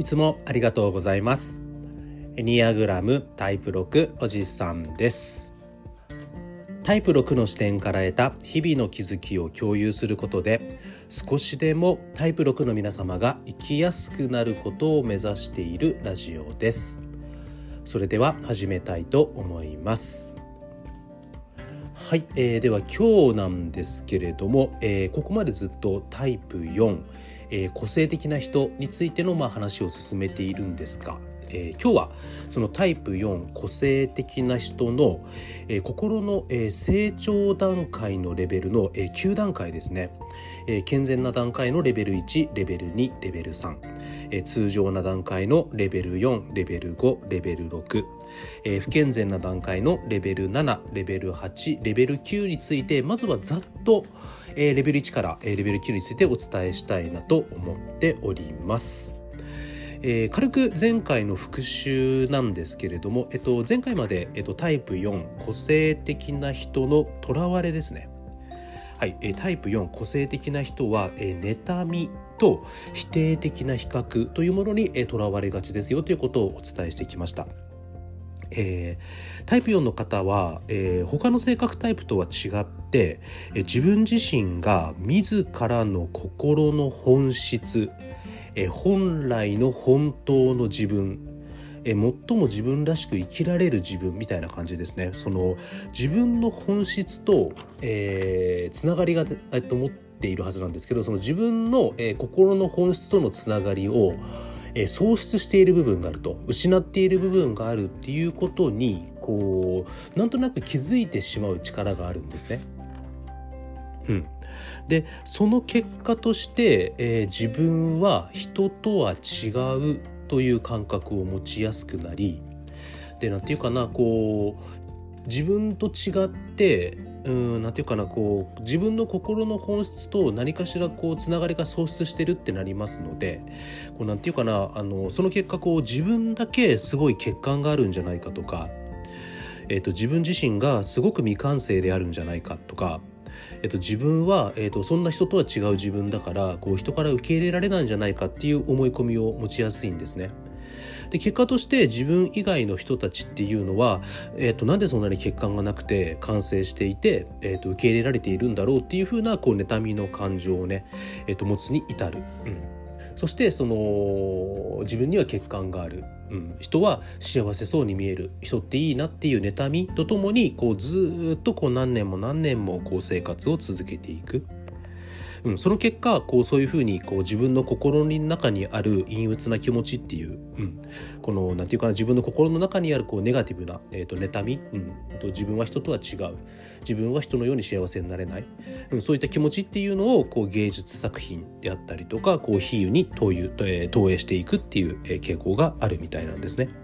つもありがとうございます。エニアグラムタイプ6おじさんです。タイプ6の視点から得た日々の気づきを共有することで、少しでもタイプ6の皆様が生きやすくなることを目指しているラジオです。それでは始めたいと思います。はい、では今日なんですけれども、ここまでずっとタイプ4、個性的な人についての話を進めているんですが、今日はそのタイプ4個性的な人の、心の、成長段階のレベルの、9段階ですね。健全な段階のレベル1、レベル2、レベル3、通常な段階のレベル4、レベル5、レベル6、不健全な段階のレベル7、レベル8、レベル9について、まずはざっとレベル1からレベル9についてお伝えしたいなと思っております。軽く前回の復習なんですけれども、前回まで、タイプ4個性的な人のとらわれですね。はい、タイプ4個性的な人は、妬みと否定的な比較というものにとらわれがちですよということをお伝えしてきました。タイプ4の方は、他の性格タイプとは違って、自分自身が自らの心の本質、本来の本当の自分、最も自分らしく生きられる自分みたいな感じですね。その自分の本質と、つながりが、持っているはずなんですけど、その自分の、心の本質とのつながりを喪失している部分があると、失っている部分があるっていうことになんとなく気づいてしまう力があるんですね。でその結果として、自分は人とは違うという感覚を持ちやすくなり、でなんていうかな、自分と違ってなんていうかな、自分の心の本質と何かしらつながりが喪失してるってなりますので、なんていうかな、その結果自分だけすごい欠陥があるんじゃないかとか、自分自身がすごく未完成であるんじゃないかとか、自分は、そんな人とは違う自分だから人から受け入れられないんじゃないかっていう思い込みを持ちやすいんですね。で結果として自分以外の人たちっていうのは、なんでそんなに欠陥がなくて完成していて、受け入れられているんだろうっていうふうな妬みの感情をね、持つに至る、そしてその自分には欠陥がある、人は幸せそうに見える、人っていいなっていう妬みとともにずっと何年も何年も生活を続けていく。その結果そういうふうに自分の心の中にある陰鬱な気持ちっていう、なんていうかな、自分の心の中にあるネガティブな、妬み、自分は人とは違う、自分は人のように幸せになれない、そういった気持ちっていうのを芸術作品であったりとか比喩に投影していくっていう傾向があるみたいなんですね。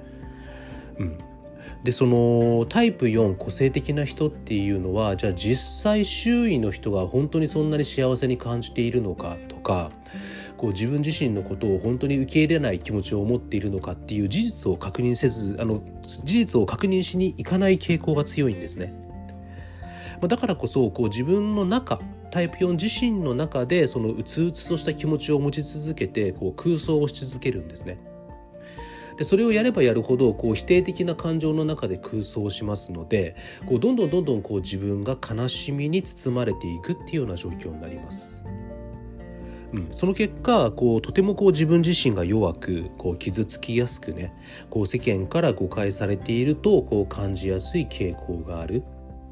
でそのタイプ4個性的な人っていうのは、じゃあ実際周囲の人が本当にそんなに幸せに感じているのかとか、自分自身のことを本当に受け入れない気持ちを持っているのかっていう事実を確認せず、事実を確認しに行かない傾向が強いんですね。だからこそ自分の中、タイプ4自身の中でそのうつうつとした気持ちを持ち続けて空想をし続けるんですね。でそれをやればやるほど否定的な感情の中で空想しますので、どんどん自分が悲しみに包まれていくっていうような状況になります。その結果とても自分自身が弱く傷つきやすくね、世間から誤解されていると感じやすい傾向がある。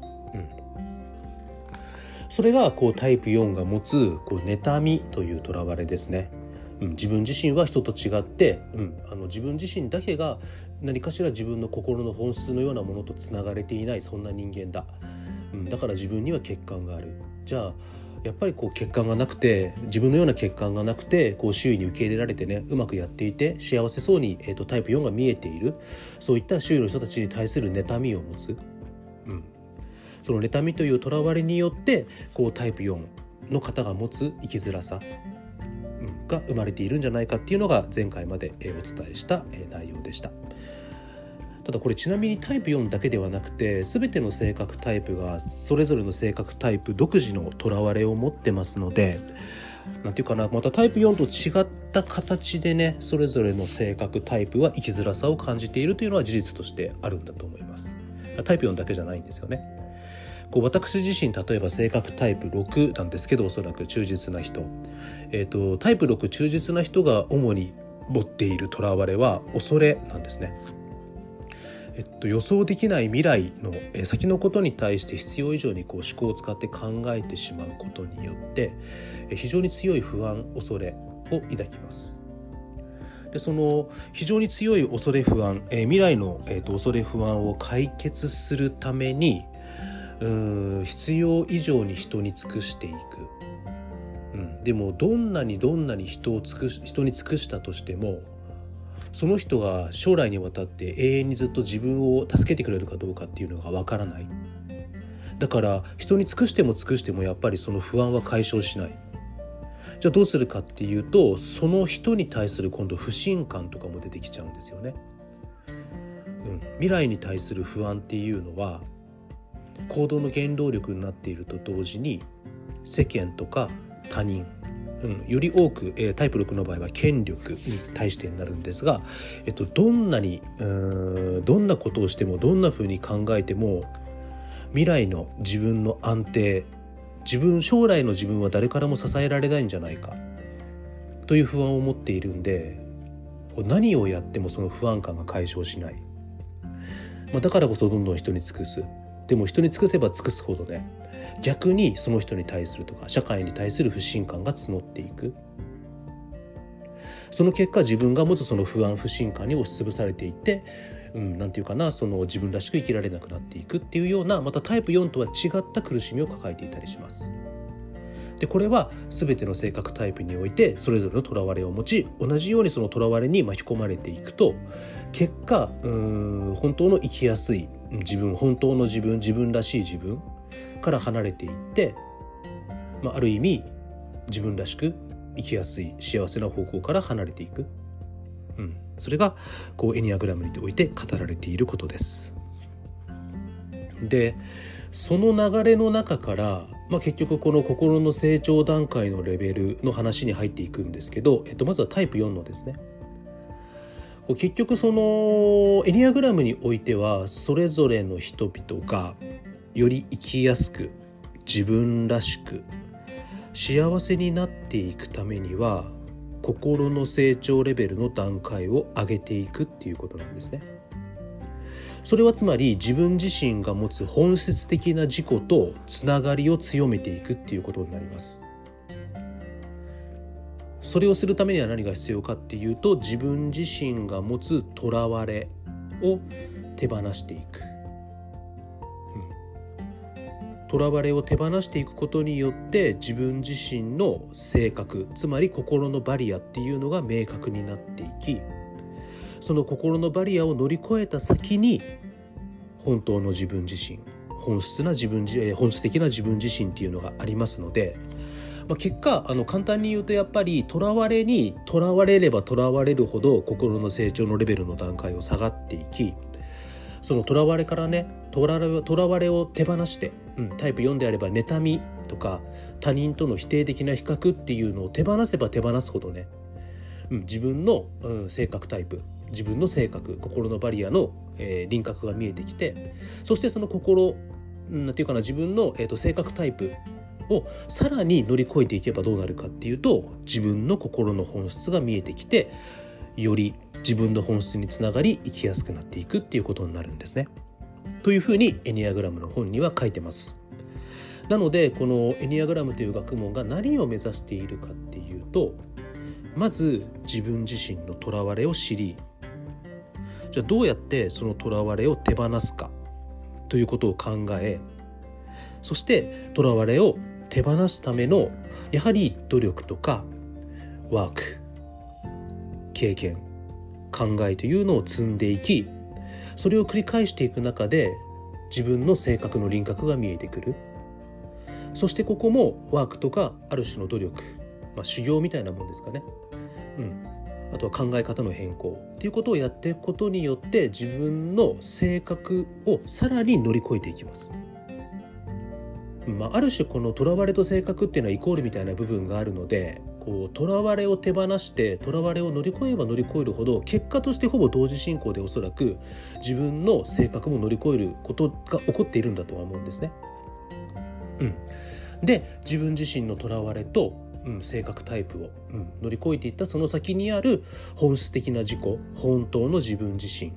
それがタイプ4が持つ妬みというとらわれですね。自分自身は人と違って、自分自身だけが何かしら自分の心の本質のようなものとつながれていない、そんな人間だ、だから自分には欠陥がある。じゃあやっぱり欠陥がなくて、自分のような欠陥がなくて周囲に受け入れられてね、うまくやっていて幸せそうに、タイプ4が見えている、そういった周囲の人たちに対する妬みを持つ、その妬みというとらわれによってタイプ4の方が持つ生きづらさが生まれているんじゃないかっていうのが前回までお伝えした内容でした。ただこれちなみにタイプ4だけではなくて、全ての性格タイプがそれぞれの性格タイプ独自のとらわれを持ってますので、 なんていうかな、またタイプ4と違った形でね、それぞれの性格タイプは生きづらさを感じているというのは事実としてあるんだと思います。タイプ4だけじゃないんですよね。私自身、例えば性格タイプ6なんですけど、おそらく忠実な人、タイプ6忠実な人が主に持っているとらわれは恐れなんですね。予想できない未来の先のことに対して必要以上に思考を使って考えてしまうことによって非常に強い不安、恐れを抱きます。でその非常に強い恐れ不安、未来の、恐れ不安を解決するために必要以上に人に尽くしていく、でもどんなに人に尽くしたとしても、その人が将来にわたって永遠にずっと自分を助けてくれるかどうかっていうのがわからない。だから人に尽くしてもやっぱりその不安は解消しない。じゃあどうするかっていうと、その人に対する今度不信感とかも出てきちゃうんですよね。未来に対する不安っていうのは行動の原動力になっていると同時に、世間とか他人、より多く、タイプ6の場合は権力に対してになるんですが、どんなことをしても、どんな風に考えても、未来の自分の安定、将来の自分は誰からも支えられないんじゃないかという不安を持っているんで、何をやってもその不安感が解消しない。だからこそどんどん人に尽くす。でも人に尽くせば尽くすほどね、逆にその人に対するとか社会に対する不信感が募っていく。その結果、自分が持つその不安、不信感に押しつぶされていって、なんていうかな、その自分らしく生きられなくなっていくっていうような、またタイプ4とは違った苦しみを抱えていたりします。でこれは全ての性格タイプにおいてそれぞれのとらわれを持ち、同じようにそのとらわれに巻き込まれていくと、結果本当の生きやすい自分、本当の自分らしい自分から離れていって、ある意味自分らしく生きやすい幸せな方向から離れていく、それがエニアグラムにおいて語られていることです。でその流れの中から、結局この心の成長段階のレベルの話に入っていくんですけど、まずはタイプ4のですね、結局そのエニアグラムにおいてはそれぞれの人々がより生きやすく自分らしく幸せになっていくためには、心の成長レベルの段階を上げていくっていうことなんですね。それはつまり自分自身が持つ本質的な自己とつながりを強めていくっていうことになります。それをするためには何が必要かっていうと、自分自身が持つとらわれを手放していく。とらわれを手放していくことによって自分自身の性格、つまり心のバリアっていうのが明確になっていき、その心のバリアを乗り越えた先に本当の自分自身、本質的な自分自身っていうのがありますので、結果簡単に言うと、やっぱりとらわれにとらわれればとらわれるほど心の成長のレベルの段階を下がっていき、そのとらわれからね、とらわれを手放して、タイプ4であれば妬みとか他人との否定的な比較っていうのを手放せば手放すほどね、自分の、性格タイプ、自分の性格、心のバリアの、輪郭が見えてきて、そしてその心っていうかな、自分の、性格タイプをさらに乗り越えていけばどうなるかっていうと、自分の心の本質が見えてきて、より自分の本質につながり生きやすくなっていくっていうことになるんですね。というふうにエニアグラムの本には書いてます。なのでこのエニアグラムという学問が何を目指しているかっていうと、まず自分自身のとらわれを知り、じゃあどうやってそのとらわれを手放すかということを考え、そしてとらわれを手放すためのやはり努力とかワーク、経験、考えというのを積んでいき、それを繰り返していく中で自分の性格の輪郭が見えてくる。そしてここもワークとかある種の努力、修行みたいなもんですかね、あとは考え方の変更っていうことをやっていくことによって、自分の性格をさらに乗り越えていきます。 ある種この囚われと性格っていうのはイコールみたいな部分があるので、こう囚われを手放して囚われを乗り越えれば乗り越えるほど、結果としてほぼ同時進行でおそらく自分の性格も乗り越えることが起こっているんだとは思うんですね。で自分自身の囚われと、性格タイプを、乗り越えていったその先にある本質的な自己、本当の自分自身、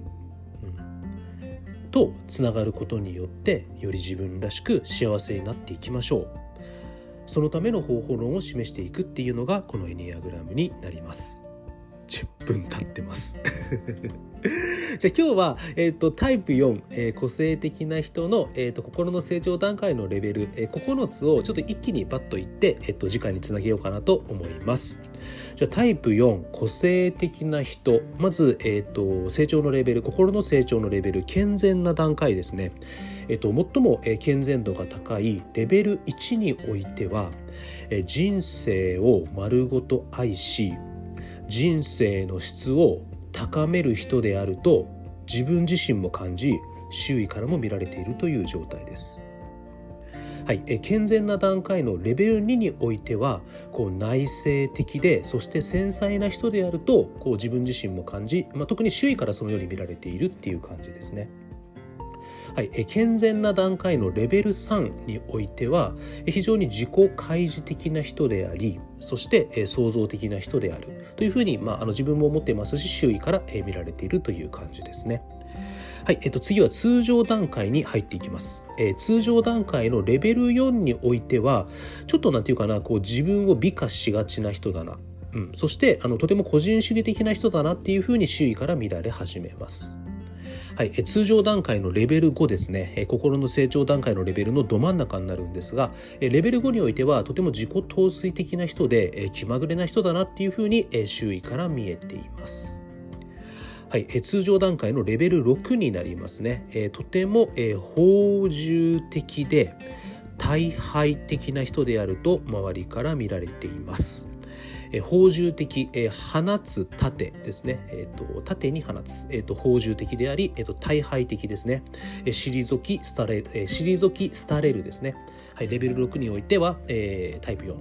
とつながることによってより自分らしく幸せになっていきましょう。そのための方法論を示していくっていうのがこのエニアグラムになります。10分経ってますじゃあ今日は、タイプ4、個性的な人の、心の成長段階のレベル、9つをちょっと一気にバッといって、次回につなげようかなと思います。じゃあタイプ4、個性的な人、まず、成長のレベル、心の成長のレベル、健全な段階ですね。最も、健全度が高いレベル1においては、人生を丸ごと愛し人生の質を高める人であると自分自身も感じ、周囲からも見られているという状態です。はい、健全な段階のレベル2においては、こう内省的でそして繊細な人であるとこう自分自身も感じ、特に周囲からそのように見られているっていう感じですね。はい、健全な段階のレベル3においては非常に自己開示的な人であり、そして創造的な人であるというふうに、自分も思っていますし、周囲から見られているという感じですね。はい、次は通常段階に入っていきます。通常段階のレベル4においてはちょっとなんていうかな、こう自分を美化しがちな人だな、そしてとても個人主義的な人だなっていうふうに周囲から見られ始めます。はい、通常段階のレベル5ですね、心の成長段階のレベルのど真ん中になるんですが、レベル5においてはとても自己陶酔的な人で、気まぐれな人だなっていうふうに、周囲から見えています。はい、通常段階のレベル6になりますね。とても、放縦的で大敗的な人であると周りから見られています。放縦的、放つ盾ですね、盾に放つ、放縦的であり、大敗的ですね、退き廃れるですね。はい、レベル6においては、タイプ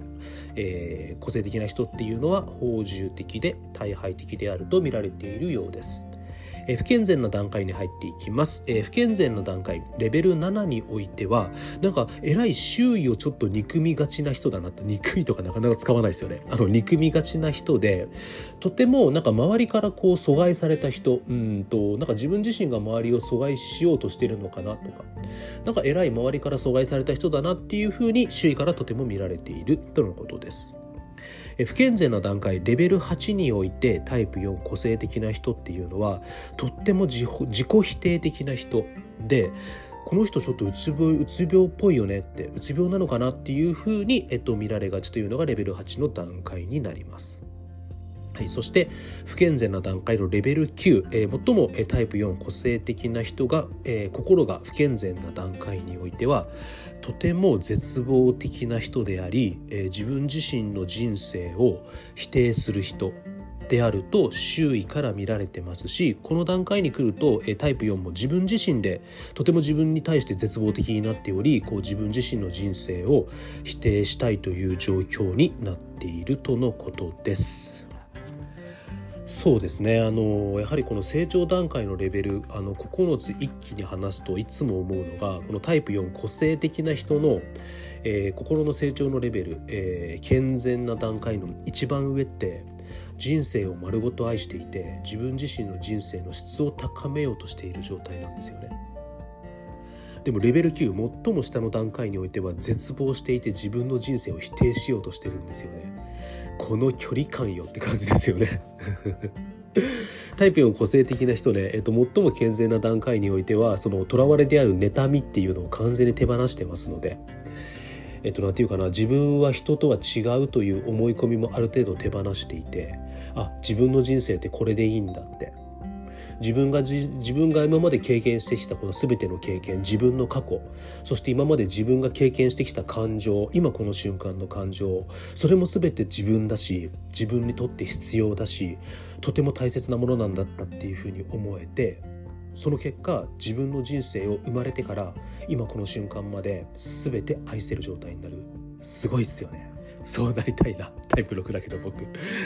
4、個性的な人っていうのは放縦的で大敗的であると見られているようです。不健全な段階に入っていきます。不健全な段階レベル7においてはなんかえらい周囲をちょっと憎みがちな人だなと。憎いとかなかなか使わないですよね。憎みがちな人で、とてもなんか周りからこう阻害された人、なんか自分自身が周りを阻害しようとしてるのかなとか、なんかえらい周りから阻害された人だなっていうふうに周囲からとても見られているとのことです。不健全な段階レベル8においてタイプ4個性的な人っていうのはとっても自己否定的な人で、この人ちょっとうつ病っぽいよねって、うつ病なのかなっていうふうに、見られがちというのがレベル8の段階になります。はい、そして不健全な段階のレベル9、最もタイプ4個性的な人が、心が不健全な段階においてはとても絶望的な人であり、自分自身の人生を否定する人であると周囲から見られてますし、この段階に来るとタイプ4も自分自身でとても自分に対して絶望的になっており、こう自分自身の人生を否定したいという状況になっているとのことです。そうですね、やはりこの成長段階のレベル9つ一気に話すといつも思うのが、このタイプ4個性的な人の、心の成長のレベル、健全な段階の一番上って人生を丸ごと愛していて自分自身の人生の質を高めようとしている状態なんですよね。でもレベル9最も下の段階においては絶望していて自分の人生を否定しようとしてるんですよね。この距離感よって感じですよねタイプ4個性的な人で、最も健全な段階においてはその囚われである妬みっていうのを完全に手放してますので、なんていうかな、自分は人とは違うという思い込みもある程度手放していて、自分の人生ってこれでいいんだって、自分が今まで経験してきたこの全ての経験、自分の過去、そして今まで自分が経験してきた感情、今この瞬間の感情、それも全て自分だし自分にとって必要だしとても大切なものなんだったっていうふうに思えて、 その結果自分の人生を生まれてから今この瞬間まで全て愛せる状態になる。すごいっすよね。そうなりたいな。タイプ6だけど僕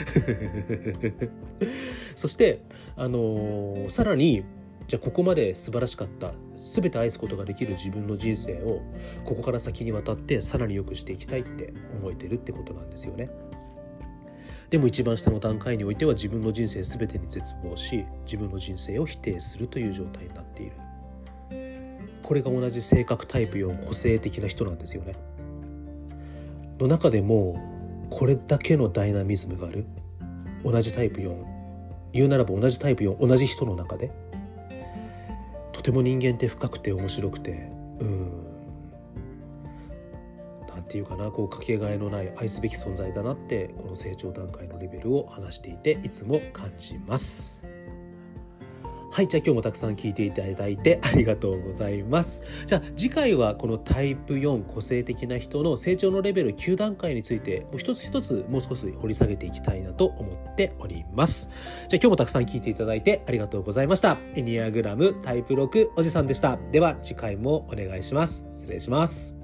そしてさらにじゃあここまで素晴らしかった、全て愛すことができる自分の人生をここから先にわたってさらに良くしていきたいって思えてるってことなんですよね。でも一番下の段階においては自分の人生全てに絶望し、自分の人生を否定するという状態になっている。これが同じ性格タイプ4個性的な人なんですよね。の中でもこれだけのダイナミズムがある同じタイプ4、言うならば同じタイプ4、同じ人の中でとても人間って深くて面白くて、なんていうかな、こうかけがえのない愛すべき存在だなってこの成長段階のレベルを話していていつも感じます。はい、じゃあ今日もたくさん聞いていただいてありがとうございます。じゃあ次回はこのタイプ4個性的な人の成長のレベル9段階についてもう一つ一つもう少し掘り下げていきたいなと思っております。じゃあ今日もたくさん聞いていただいてありがとうございました。エニアグラムタイプ6おじさんでした。では次回もお願いします。失礼します。